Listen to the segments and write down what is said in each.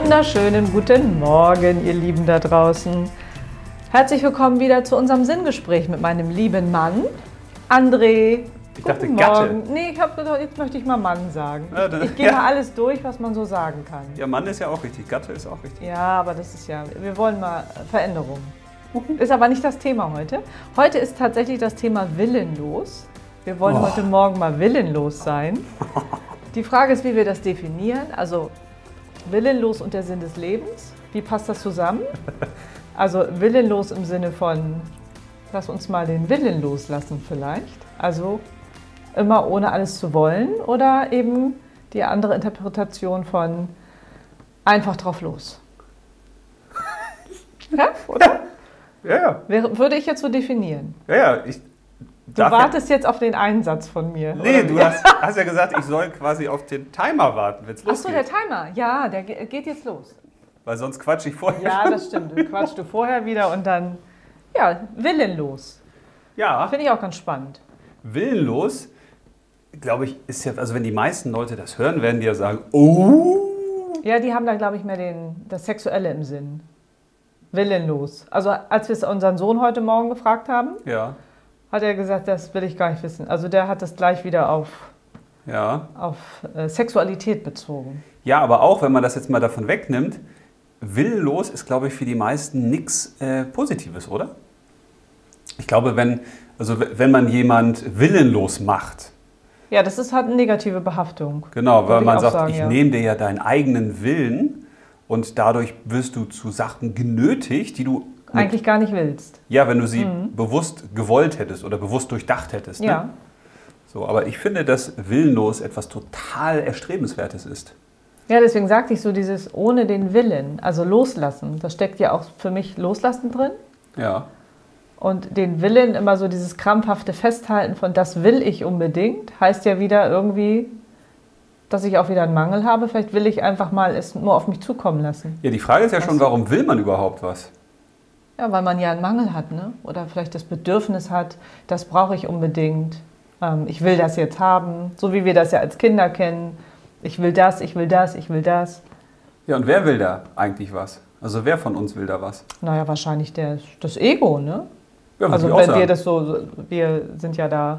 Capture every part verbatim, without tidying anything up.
wunderschönen guten Morgen, ihr Lieben da draußen. Herzlich willkommen wieder zu unserem Sinngespräch mit meinem lieben Mann, André. Ich dachte Guten Gatte. Morgen. Nee, ich hab gedacht, jetzt möchte ich mal Mann sagen. Ja, dann- Ich, ich gehe ja. mal alles durch, was man so sagen kann. Ja, Mann ist ja auch richtig, Gatte ist auch richtig. Ja, aber das ist ja, wir wollen mal Veränderung. Ist aber nicht das Thema heute. Heute ist tatsächlich das Thema willenlos. Wir wollen Oh. heute Morgen mal willenlos sein. Die Frage ist, wie wir das definieren. Also willenlos und der Sinn des Lebens. Wie passt das zusammen? Also willenlos im Sinne von, lass uns mal den Willen loslassen vielleicht. Also immer ohne alles zu wollen oder eben die andere Interpretation von einfach drauf los. Ja, oder? Ja, ja, Wäre, würde ich jetzt so definieren. ja, ja. Ich Du darf wartest jetzt auf den Einsatz von mir. Ja, nee, oder du wie? hast, hast ja gesagt, ich soll quasi auf den Timer warten, wenn es Ach so, der losgeht. Timer. Ja, der ge- geht jetzt los. Weil sonst quatsch ich vorher. Ja, das stimmt. Dann quatschst du vorher wieder und dann, ja, willenlos. Ja, Finde ich auch ganz spannend. willenlos, glaube ich, ist ja, also wenn die meisten Leute das hören, werden die ja sagen, oh. Ja, die haben da, glaube ich, mehr den, das Sexuelle im Sinn. Willenlos. Also als wir es unseren Sohn heute Morgen gefragt haben, Ja, hat er gesagt, das will ich gar nicht wissen. Also der hat das gleich wieder auf, ja. auf äh, Sexualität bezogen. Ja, aber auch, wenn man das jetzt mal davon wegnimmt, willenlos ist, glaube ich, für die meisten nichts äh, Positives, oder? Ich glaube, wenn, also w- wenn man jemand willenlos macht, Ja, das ist, hat eine negative Behaftung. genau, weil Würde ich man auch sagt, sagen, ich ja. nehme dir ja deinen eigenen Willen und dadurch wirst du zu Sachen genötigt, die du mit, Eigentlich gar nicht willst. ja, wenn du sie bewusst gewollt hättest oder bewusst durchdacht hättest. Ne? Ja. So, aber ich finde, dass willenlos etwas total Erstrebenswertes ist. Ja, deswegen sagte ich so dieses ohne den Willen, also loslassen. Da steckt ja auch für mich Loslassen drin. Ja, Und den Willen, immer so dieses krampfhafte Festhalten von das will ich unbedingt, heißt ja wieder irgendwie, dass ich auch wieder einen Mangel habe. Vielleicht will ich einfach mal es nur auf mich zukommen lassen. ja die Frage ist ja schon, so. warum will man überhaupt was? Ja, weil man ja einen Mangel hat, ne? Oder vielleicht das Bedürfnis hat, das brauche ich unbedingt. Ähm, ich will das jetzt haben, so wie wir das ja als Kinder kennen. Ich will das, ich will das, ich will das. Ja, und wer will da eigentlich was? Also wer von uns will da was? Naja, wahrscheinlich der, das Ego, ne? Ja, würde Also ich auch wenn sagen. wir das so, wir sind ja da,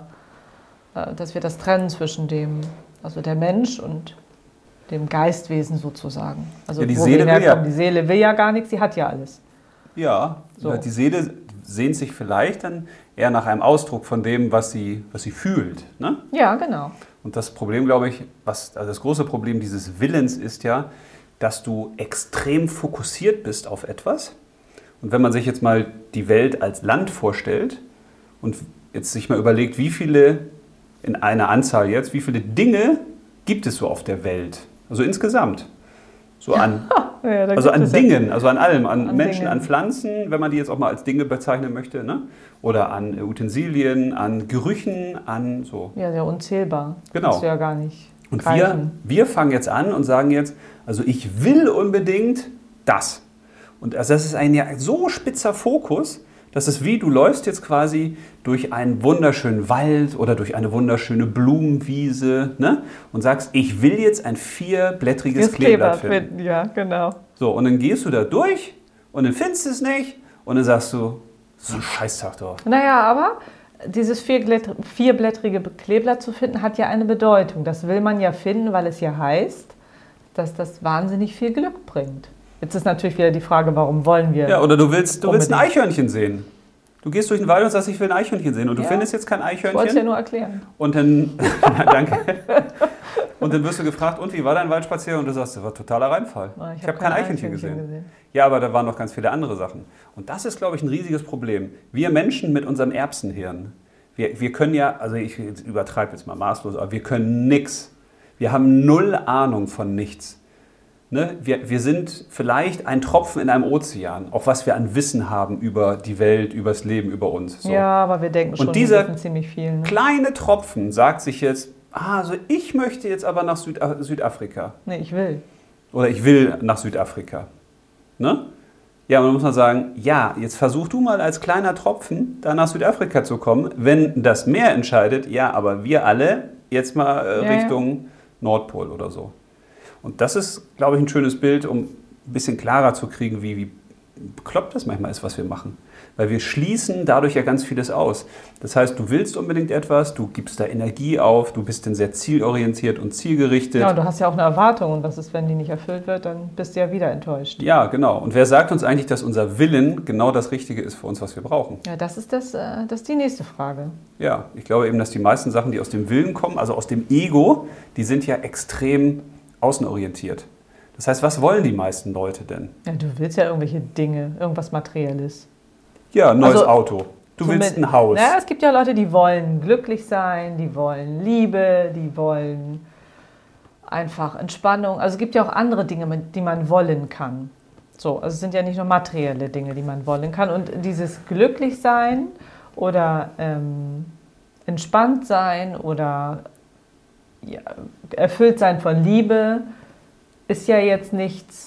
äh, dass wir das trennen zwischen dem, also der Mensch und dem Geistwesen sozusagen. Also Ja, die wo Seele wir will ja- herkommen. Die Seele will ja gar nichts, sie hat ja alles. Ja, So. die Seele sehnt sich vielleicht dann eher nach einem Ausdruck von dem, was sie, was sie fühlt. Ne? Ja, genau. Und das Problem, glaube ich, was, also das große Problem dieses Willens ist ja, dass du extrem fokussiert bist auf etwas. Und wenn man sich jetzt mal die Welt als Land vorstellt und jetzt sich mal überlegt, wie viele, in einer Anzahl jetzt, wie viele Dinge gibt es so auf der Welt? Also insgesamt. So an, Ja, da also gibt an es ja- Dingen, also an allem, an, An Menschen, Dingen. an Pflanzen, wenn man die jetzt auch mal als Dinge bezeichnen möchte, ne? Oder an Utensilien, an Gerüchen, an so. Ja, sehr unzählbar. Genau. Kannst du ja gar nicht Und wir, greifen. wir fangen jetzt an und sagen jetzt, also ich will unbedingt das. Und also das ist ein ja so spitzer Fokus, dass es wie, du läufst jetzt quasi durch einen wunderschönen Wald oder durch eine wunderschöne Blumenwiese, ne? Und sagst, ich will jetzt ein vierblättriges Das Kleeblatt Kleeblatt finden. finden, ja, genau. So, und dann gehst du da durch und dann findest du es nicht und dann sagst du, so ein Scheißtag doch. Naja, aber dieses vierblätt- vierblättrige Kleeblatt zu finden, hat ja eine Bedeutung. Das will man ja finden, weil es ja heißt, dass das wahnsinnig viel Glück bringt. Jetzt ist natürlich wieder die Frage, warum wollen wir... Ja, oder du willst, du willst ein Unbedingt. Eichhörnchen sehen. Du gehst durch den Wald und sagst, ich will ein Eichhörnchen sehen und du Ja. findest jetzt kein ich wollte es Eichhörnchen. ja nur erklären. Und dann, ja, danke. Und dann wirst du gefragt, und wie war dein Waldspaziergang? Und du sagst, das war totaler Reinfall. Ah, Ich, habe kein Eichhörnchen gesehen. gesehen. Ja, aber da waren noch ganz viele andere Sachen. Und das ist, glaube ich, ein riesiges Problem. Wir Menschen mit unserem Erbsenhirn, wir, wir können ja, also ich übertreibe jetzt mal maßlos, aber wir können nichts. Wir haben null Ahnung von nichts. Ne? Wir, wir sind vielleicht ein Tropfen in einem Ozean, auch was wir an Wissen haben über die Welt, über das Leben, über uns. So. Ja, aber wir denken schon, dieser wir wissen ziemlich viel. Ne? Kleine Tropfen sagt sich jetzt, ah, also ich möchte jetzt aber nach Süd Südafrika. Nee, ich will. Oder ich will nach Südafrika. Ne? Ja, und dann muss man sagen, ja, jetzt versuch du mal als kleiner Tropfen da nach Südafrika zu kommen. Wenn das Meer entscheidet, ja, aber wir alle jetzt mal äh, Ja, Richtung Nordpol oder so. Und das ist, glaube ich, ein schönes Bild, um ein bisschen klarer zu kriegen, wie, wie bekloppt das manchmal ist, was wir machen. Weil wir schließen dadurch ja ganz vieles aus. Das heißt, du willst unbedingt etwas, du gibst da Energie auf, du bist dann sehr zielorientiert und zielgerichtet. Ja, und du hast ja auch eine Erwartung und was ist, wenn die nicht erfüllt wird, dann bist du ja wieder enttäuscht. Ja, genau. Und wer sagt uns eigentlich, dass unser Willen genau das Richtige ist für uns, was wir brauchen? Ja, das ist, das, äh, das ist die nächste Frage. Ja, ich glaube eben, dass die meisten Sachen, die aus dem Willen kommen, also aus dem Ego, die sind ja extrem außenorientiert. Das heißt, was wollen die meisten Leute denn? Ja, du willst ja irgendwelche Dinge, irgendwas Materielles. Ja, ein neues Also, Auto. Du willst ein Haus. Ja, es gibt ja Leute, die wollen glücklich sein, die wollen Liebe, die wollen einfach Entspannung. Also es gibt ja auch andere Dinge, die man wollen kann. So, also es sind ja nicht nur materielle Dinge, die man wollen kann. Und dieses Glücklichsein oder ähm, entspannt sein oder ja, erfüllt sein von Liebe ist ja jetzt nichts.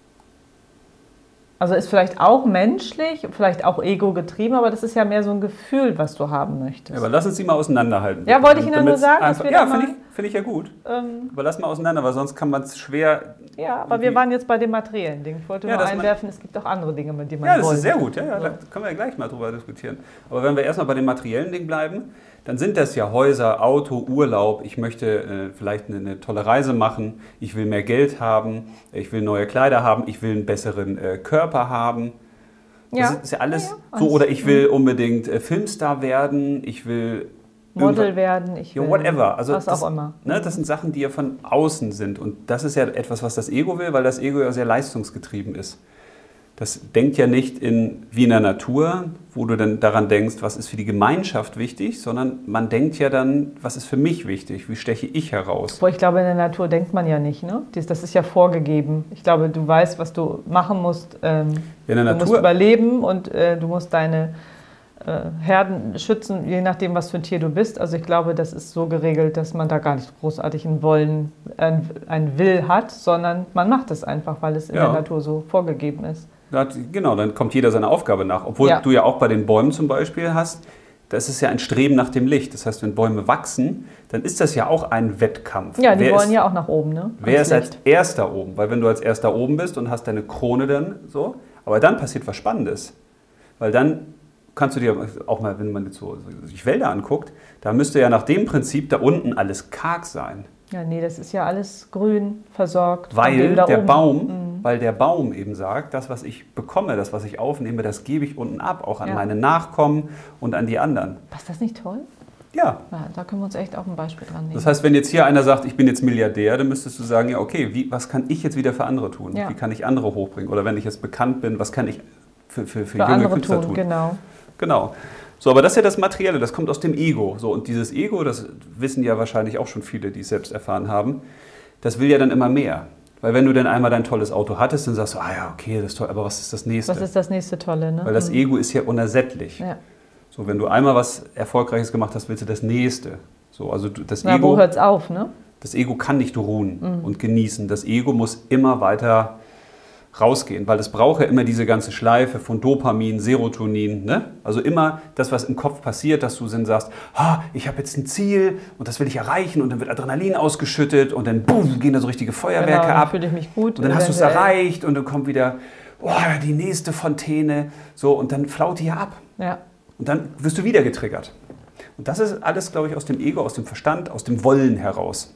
Also ist vielleicht auch menschlich, vielleicht auch ego-getrieben, aber das ist ja mehr so ein Gefühl, was du haben möchtest. Ja, aber lass uns die mal auseinanderhalten. Ja, wollte ich Ihnen nur sagen, einfach, dass wir ja, da finde mal, ich, find ich ja gut. Ähm, aber lass mal auseinander, weil sonst kann man es schwer... Ja, aber wir waren jetzt bei dem materiellen Ding. Ich wollte ja, nur einwerfen, es gibt auch andere Dinge, mit denen man Ja, das wollte. ist sehr gut. Ja, ja, da können wir ja gleich mal drüber diskutieren. Aber wenn wir erstmal bei dem materiellen Ding bleiben, dann sind das ja Häuser, Auto, Urlaub. Ich möchte äh, vielleicht eine, eine tolle Reise machen. Ich will mehr Geld haben. Ich will neue Kleider haben. Ich will einen besseren äh, Körper haben. Das ja. ist ja alles ja, ja. so. Oder ich will unbedingt äh, Filmstar werden. Ich will Model werden. Ich will ja, whatever. Also was das, auch immer. Ne, das sind Sachen, die ja von außen sind. Und das ist ja etwas, was das Ego will, weil das Ego ja sehr leistungsgetrieben ist. Das denkt ja nicht in, wie in der Natur, wo du dann daran denkst, was ist für die Gemeinschaft wichtig, sondern man denkt ja dann, was ist für mich wichtig, wie steche ich heraus. Obwohl ich glaube, in der Natur denkt man ja nicht, ne? Das ist ja vorgegeben. Ich glaube, du weißt, was du machen musst. Ähm, in der du Natur, musst überleben und äh, du musst deine äh, Herden schützen, je nachdem, was für ein Tier du bist. Also ich glaube, das ist so geregelt, dass man da gar nicht großartig ein Wollen, ein, ein Will hat, sondern man macht es einfach, weil es in ja. der Natur so vorgegeben ist. Genau, dann kommt jeder seiner Aufgabe nach. Obwohl ja. du ja auch bei den Bäumen zum Beispiel hast, das ist ja ein Streben nach dem Licht. Das heißt, wenn Bäume wachsen, dann ist das ja auch ein Wettkampf. Ja, die wer wollen ist, ja auch nach oben, ne? Wer ist als Erster oben? Weil wenn du als Erster oben bist und hast deine Krone dann so, aber dann passiert was Spannendes. Weil dann kannst du dir auch mal, wenn man jetzt so sich Wälder anguckt, da müsste ja nach dem Prinzip da unten alles karg sein. Ja, nee, das ist ja alles grün, versorgt. Weil der oben. Baum, mhm. weil der Baum eben sagt, das, was ich bekomme, das, was ich aufnehme, das gebe ich unten ab, auch an ja. meine Nachkommen und an die anderen. Ist das nicht toll? Ja. ja. Da können wir uns echt auch ein Beispiel dran nehmen. Das heißt, wenn jetzt hier einer sagt, ich bin jetzt Milliardär, dann müsstest du sagen, ja okay, wie, was kann ich jetzt wieder für andere tun? Ja. Wie kann ich andere hochbringen? Oder wenn ich jetzt bekannt bin, was kann ich für, für, für, für junge andere Künstler tun? tun? Genau. Genau. So, aber das ist ja das Materielle, das kommt aus dem Ego. So, und dieses Ego, das wissen ja wahrscheinlich auch schon viele, die es selbst erfahren haben, das will ja dann immer mehr. Weil wenn du dann einmal dein tolles Auto hattest, dann sagst du, ah ja, okay, das ist toll, aber was ist das nächste? Was ist das nächste Tolle, ne? Weil das mhm. Ego ist ja unersättlich. Ja. So, wenn du einmal was Erfolgreiches gemacht hast, willst du das nächste. So, also das Na, Ego, wo hört's auf, ne? Das Ego kann nicht ruhen mhm. und genießen. Das Ego muss immer weiter rausgehen, weil es braucht ja immer diese ganze Schleife von Dopamin, Serotonin. Ne? Also immer das, was im Kopf passiert, dass du dann sagst, ah, ich habe jetzt ein Ziel und das will ich erreichen und dann wird Adrenalin ausgeschüttet und dann boom, gehen da so richtige Feuerwerke genau, dann ab. fühle ich mich gut. Und dann hast du es erreicht und dann kommt wieder oh, die nächste Fontäne. So, und dann flaut die ab. Ja. Und dann wirst du wieder getriggert. Und das ist alles, glaube ich, aus dem Ego, aus dem Verstand, aus dem Wollen heraus.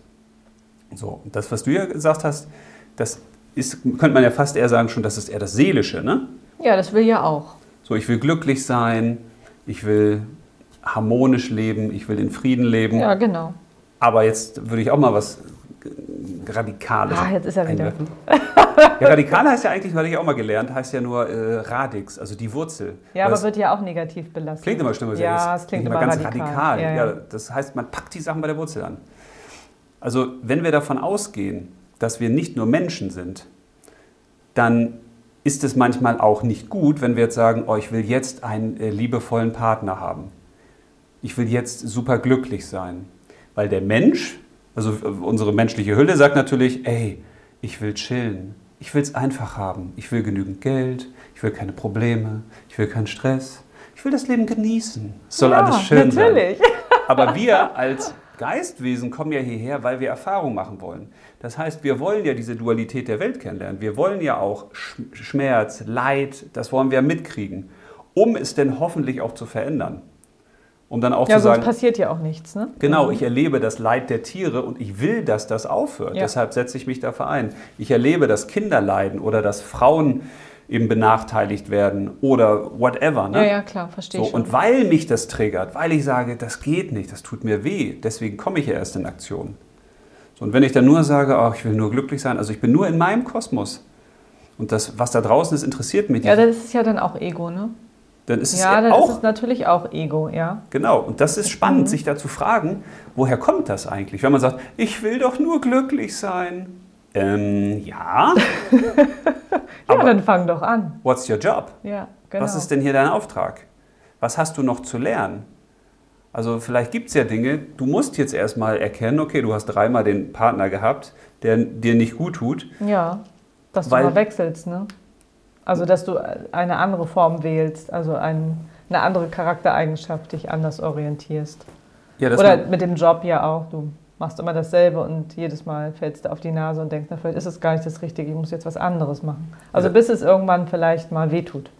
So, und das, was du ja gesagt hast, das ist, könnte man ja fast eher sagen, schon, das ist eher das Seelische, ne? Ja, das will ja auch. So, ich will glücklich sein, ich will harmonisch leben, ich will in Frieden leben. Ja, genau. Aber jetzt würde ich auch mal was Radikales Ah, jetzt ist er wieder. einwerfen. Ja, radikal heißt ja eigentlich, weil ich auch mal gelernt, heißt ja nur äh, Radix, also die Wurzel. Ja, aber aber wird ja auch negativ belastet. Klingt immer schlimmer. Ja, es klingt immer ganz radikal. radikal. Ja, Ja, ja. das heißt, man packt die Sachen bei der Wurzel an. Also wenn wir davon ausgehen, dass wir nicht nur Menschen sind, dann ist es manchmal auch nicht gut, wenn wir jetzt sagen, oh, ich will jetzt einen äh, liebevollen Partner haben. Ich will jetzt super glücklich sein. Weil der Mensch, also unsere menschliche Hülle sagt natürlich, ey, ich will chillen. Ich will es einfach haben. Ich will genügend Geld. Ich will keine Probleme. Ich will keinen Stress. Ich will das Leben genießen. Es soll ja, alles schön natürlich. sein. Aber wir als Geistwesen kommen ja hierher, weil wir Erfahrung machen wollen. Das heißt, wir wollen ja diese Dualität der Welt kennenlernen. Wir wollen ja auch Schmerz, Leid, das wollen wir mitkriegen, um es denn hoffentlich auch zu verändern. Um dann auch ja, zu sagen, sonst passiert ja auch nichts, ne? Genau, ich erlebe das Leid der Tiere und ich will, dass das aufhört. Ja. Deshalb setze ich mich dafür ein. Ich erlebe, dass Kinder leiden oder dass Frauen eben benachteiligt werden oder whatever. Ne? Ja, ja, klar, verstehe so, ich schon. Und weil mich das triggert, weil ich sage, das geht nicht, das tut mir weh, deswegen komme ich ja erst in Aktion. So, und wenn ich dann nur sage, oh, ich will nur glücklich sein, also ich bin nur in meinem Kosmos und das, was da draußen ist, interessiert mich nicht. Ja, das ist ja dann auch Ego, ne? Dann ist es ja, ja dann auch, ist es natürlich auch Ego, ja. Genau, und das ist spannend, Mhm. sich da zu fragen, woher kommt das eigentlich? Wenn man sagt, ich will doch nur glücklich sein. Ähm, ja. ja, Aber dann fang doch an. what's your job? Ja, genau. Was ist denn hier dein Auftrag? Was hast du noch zu lernen? Also vielleicht gibt es ja Dinge, du musst jetzt erstmal erkennen, okay, du hast dreimal den Partner gehabt, der dir nicht gut tut. Ja, dass Weil- du mal wechselst, ne? Also, dass du eine andere Form wählst, also ein, eine andere Charaktereigenschaft, dich anders orientierst. Ja, das Oder man- mit dem Job ja auch. Du machst immer dasselbe und jedes Mal fällst du auf die Nase und denkst, na, vielleicht ist es gar nicht das Richtige, ich muss jetzt was anderes machen. Also Ja. bis es irgendwann vielleicht mal wehtut.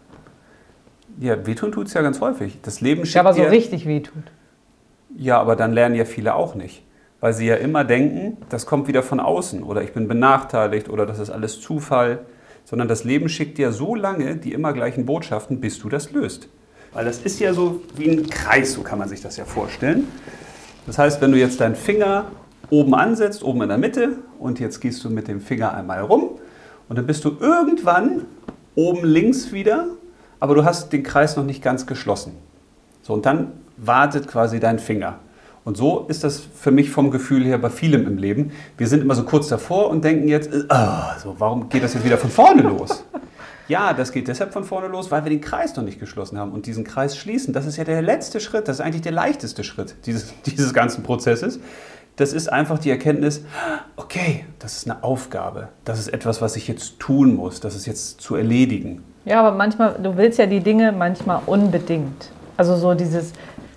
ja, wehtun tut es ja ganz häufig. Das Leben schickt Ja, aber so dir... richtig wehtut. Ja, aber dann lernen ja viele auch nicht. Weil sie ja immer denken, das kommt wieder von außen oder ich bin benachteiligt oder das ist alles Zufall. Sondern das Leben schickt dir so lange die immer gleichen Botschaften, bis du das löst. Weil das ist ja so wie ein Kreis, so kann man sich das ja vorstellen. Das heißt, wenn du jetzt deinen Finger oben ansetzt, oben in der Mitte und jetzt gehst du mit dem Finger einmal rum und dann bist du irgendwann oben links wieder, aber du hast den Kreis noch nicht ganz geschlossen. So, und dann wartet quasi dein Finger. Und so ist das für mich vom Gefühl her bei vielem im Leben. Wir sind immer so kurz davor und denken jetzt, äh, ah, so, warum geht das jetzt wieder von vorne los? Ja, das geht deshalb von vorne los, weil wir den Kreis noch nicht geschlossen haben. Und diesen Kreis schließen, das ist ja der letzte Schritt, das ist eigentlich der leichteste Schritt dieses, dieses ganzen Prozesses. Das ist einfach die Erkenntnis, okay, das ist eine Aufgabe, das ist etwas, was ich jetzt tun muss, das ist jetzt zu erledigen. Ja, aber manchmal, du willst ja die Dinge manchmal unbedingt. Also so dieses,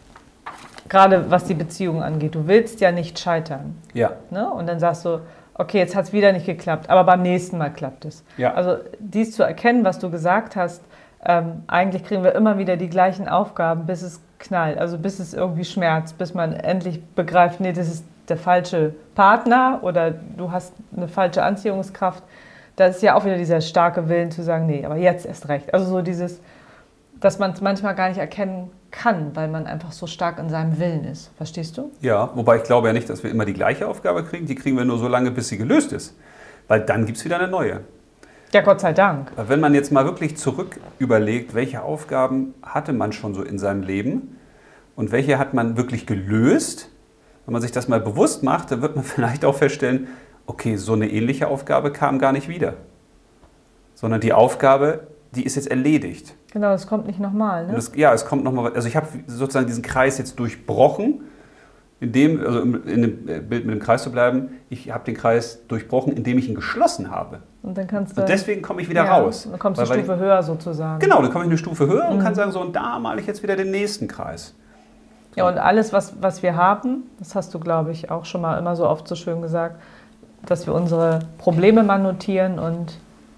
gerade was die Beziehung angeht, du willst ja nicht scheitern. Ja. Ne? Und dann sagst du, okay, jetzt hat es wieder nicht geklappt, aber beim nächsten Mal klappt es. Ja. Also dies zu erkennen, was du gesagt hast, ähm, eigentlich kriegen wir immer wieder die gleichen Aufgaben, bis es knallt, also bis es irgendwie schmerzt, bis man endlich begreift, nee, das ist der falsche Partner oder du hast eine falsche Anziehungskraft. Da ist ja auch wieder dieser starke Willen zu sagen, nee, aber jetzt erst recht. Also so dieses, dass man es manchmal gar nicht erkennen kann, weil man einfach so stark in seinem Willen ist. Verstehst du? Ja, wobei ich glaube ja nicht, dass wir immer die gleiche Aufgabe kriegen. Die kriegen wir nur so lange, bis sie gelöst ist. Weil dann gibt es wieder eine neue. Ja, Gott sei Dank. Weil wenn man jetzt mal wirklich zurück überlegt, welche Aufgaben hatte man schon so in seinem Leben und welche hat man wirklich gelöst, wenn man sich das mal bewusst macht, dann wird man vielleicht auch feststellen, okay, so eine ähnliche Aufgabe kam gar nicht wieder. Sondern die Aufgabe, die ist jetzt erledigt. Genau, das kommt nicht nochmal, ne? Und das, ja, es kommt nochmal, also ich habe sozusagen diesen Kreis jetzt durchbrochen, in dem, also in dem Bild mit dem Kreis zu bleiben, ich habe den Kreis durchbrochen, indem ich ihn geschlossen habe. Und dann kannst du. Und deswegen komme ich wieder ja, raus. Dann kommst du Weil- eine weil Stufe höher sozusagen. ich, genau, dann komme ich eine Stufe höher und Mhm. kann sagen, so, und da male ich jetzt wieder den nächsten Kreis. Ja, und alles, was, was wir haben, das hast du, glaube ich, auch schon mal immer so oft so schön gesagt, dass wir unsere Probleme mal notieren und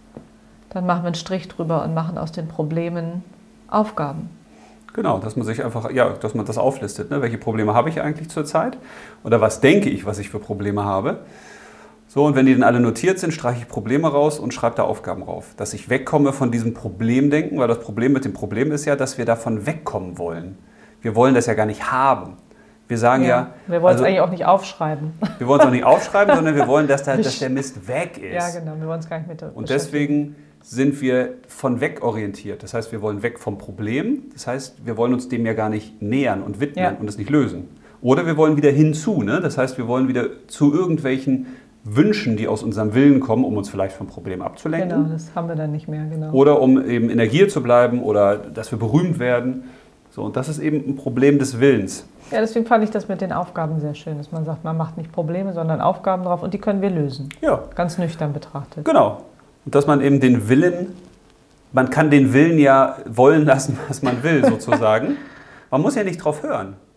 dann machen wir einen Strich drüber und machen aus den Problemen Aufgaben. Genau, dass man sich einfach, ja, dass man das auflistet. Ne? Welche Probleme habe ich eigentlich zurzeit? Oder was denke ich, was ich für Probleme habe? So, und wenn die dann alle notiert sind, streiche ich Probleme raus und schreibe da Aufgaben rauf. Dass ich wegkomme von diesem Problemdenken, weil das Problem mit dem Problem ist ja, dass wir davon wegkommen wollen. Wir wollen das ja gar nicht haben. Wir sagen ja, wir wollen es also, eigentlich auch nicht aufschreiben. wir wollen es auch nicht aufschreiben, sondern wir wollen, dass, da, dass der Mist weg ist. Ja, genau, wir wollen es gar nicht mit. Und deswegen sind wir von weg orientiert. Das heißt, wir wollen weg vom Problem. Das heißt, wir wollen uns dem ja gar nicht nähern und widmen Ja. und es nicht lösen. Oder wir wollen wieder hinzu. Ne? Das heißt, wir wollen wieder zu irgendwelchen Wünschen, die aus unserem Willen kommen, um uns vielleicht vom Problem abzulenken. Genau, das haben wir dann nicht mehr, genau. Oder um eben in der Gier zu bleiben oder dass wir berühmt werden. So, und das ist eben ein Problem des Willens. Ja, deswegen fand ich das mit den Aufgaben sehr schön, dass man sagt, man macht nicht Probleme, sondern Aufgaben drauf und die können wir lösen. Ja, Ganz nüchtern betrachtet. genau. Und dass man eben den Willen, man kann den Willen ja wollen lassen, was man will, sozusagen. Man muss ja nicht drauf hören.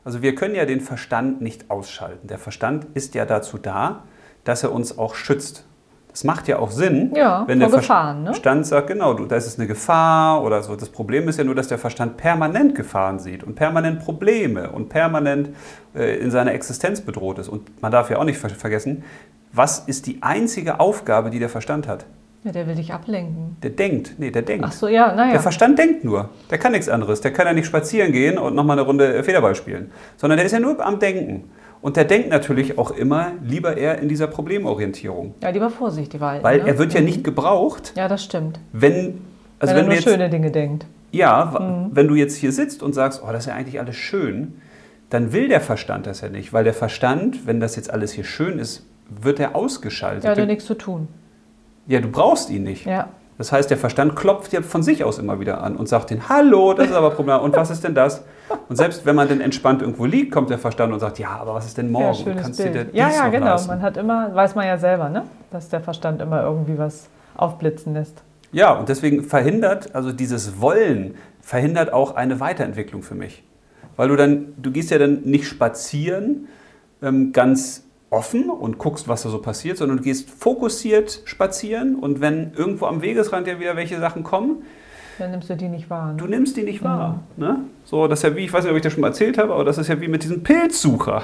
Also wir können ja den Verstand nicht ausschalten. Der Verstand ist ja dazu da, dass er uns auch schützt. Das macht ja auch Sinn, ja, wenn der Gefahren, ne? Verstand sagt, genau, du, da ist es eine Gefahr oder so. Das Problem ist ja nur, dass der Verstand permanent Gefahren sieht und permanent Probleme und permanent äh, in seiner Existenz bedroht ist. Und man darf ja auch nicht ver vergessen, was ist die einzige Aufgabe, die der Verstand hat? Ja, der will dich ablenken. Der denkt, nee, der denkt. Ach so, ja, naja. Der Verstand denkt nur. Der kann nichts anderes. Der kann ja nicht spazieren gehen und nochmal eine Runde Federball spielen. Sondern der ist ja nur am Denken. Und der denkt natürlich auch immer lieber eher in dieser Problemorientierung. Ja, lieber vorsichtig walten. Weil ne? er wird ja mhm. nicht gebraucht, ja, das stimmt. wenn, also wenn er wenn nur wir jetzt, schöne Dinge denkt. Ja, Mhm. wenn du jetzt hier sitzt und sagst, oh, das ist ja eigentlich alles schön, dann will der Verstand das ja nicht. Weil der Verstand, wenn das jetzt alles hier schön ist, wird er ausgeschaltet. Ja, hat ja nichts zu tun. Ja, du brauchst ihn nicht. Ja. Das heißt, der Verstand klopft ja von sich aus immer wieder an und sagt den, hallo, das ist aber ein Problem. Und was ist denn das? Und selbst wenn man dann entspannt irgendwo liegt, kommt der Verstand und sagt, ja, aber was ist denn morgen? Ja, schönes Kannst du Bild. dir dies Ja, ja, noch genau. leisten? Man hat immer, weiß man ja selber, ne? Dass der Verstand immer irgendwie was aufblitzen lässt. Ja, und deswegen verhindert, also dieses Wollen, verhindert auch eine Weiterentwicklung für mich. Weil du dann, du gehst ja dann nicht spazieren, ähm, ganz offen und guckst, was da so passiert, sondern du gehst fokussiert spazieren und wenn irgendwo am Wegesrand ja wieder welche Sachen kommen, dann nimmst du die nicht wahr. Ne? du nimmst die nicht wahr. Mhm. Ne? So, das ist ja wie, ich weiß nicht, ob ich das schon mal erzählt habe, aber das ist ja wie mit diesem Pilzsucher.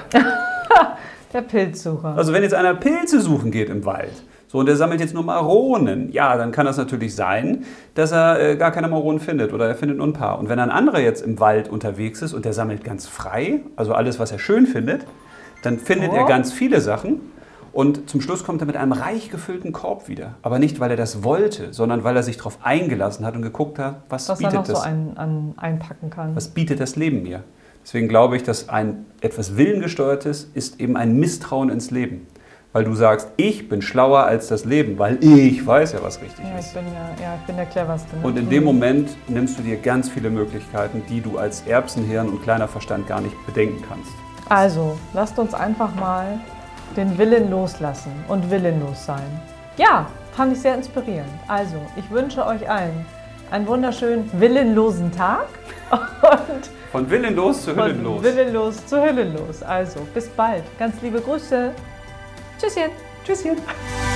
Der Pilzsucher. Also wenn jetzt einer Pilze suchen geht im Wald, so und der sammelt jetzt nur Maronen, ja, dann kann das natürlich sein, dass er äh, gar keine Maronen findet oder er findet nur ein paar. Und wenn ein anderer jetzt im Wald unterwegs ist und der sammelt ganz frei, also alles, was er schön findet, dann findet oh. er ganz viele Sachen und zum Schluss kommt er mit einem reich gefüllten Korb wieder. Aber nicht, weil er das wollte, sondern weil er sich darauf eingelassen hat und geguckt hat, was, was bietet er noch das, so ein, an, einpacken kann. was bietet das Leben mir. Deswegen glaube ich, dass ein etwas willengesteuertes ist eben ein Misstrauen ins Leben. Weil du sagst, ich bin schlauer als das Leben, weil ich weiß ja, was richtig ja, ist. ich bin ja, ja, ich bin der Cleverste. Ne? Und in dem Moment nimmst du dir ganz viele Möglichkeiten, die du als Erbsenhirn und kleiner Verstand gar nicht bedenken kannst. Also, lasst uns einfach mal den Willen loslassen und willenlos sein. Ja, fand ich sehr inspirierend. Also, ich wünsche euch allen einen wunderschönen willenlosen Tag und von willenlos zu hüllenlos. Von willenlos zu hüllenlos. Also, bis bald. Ganz liebe Grüße. Tschüsschen. Tschüsschen.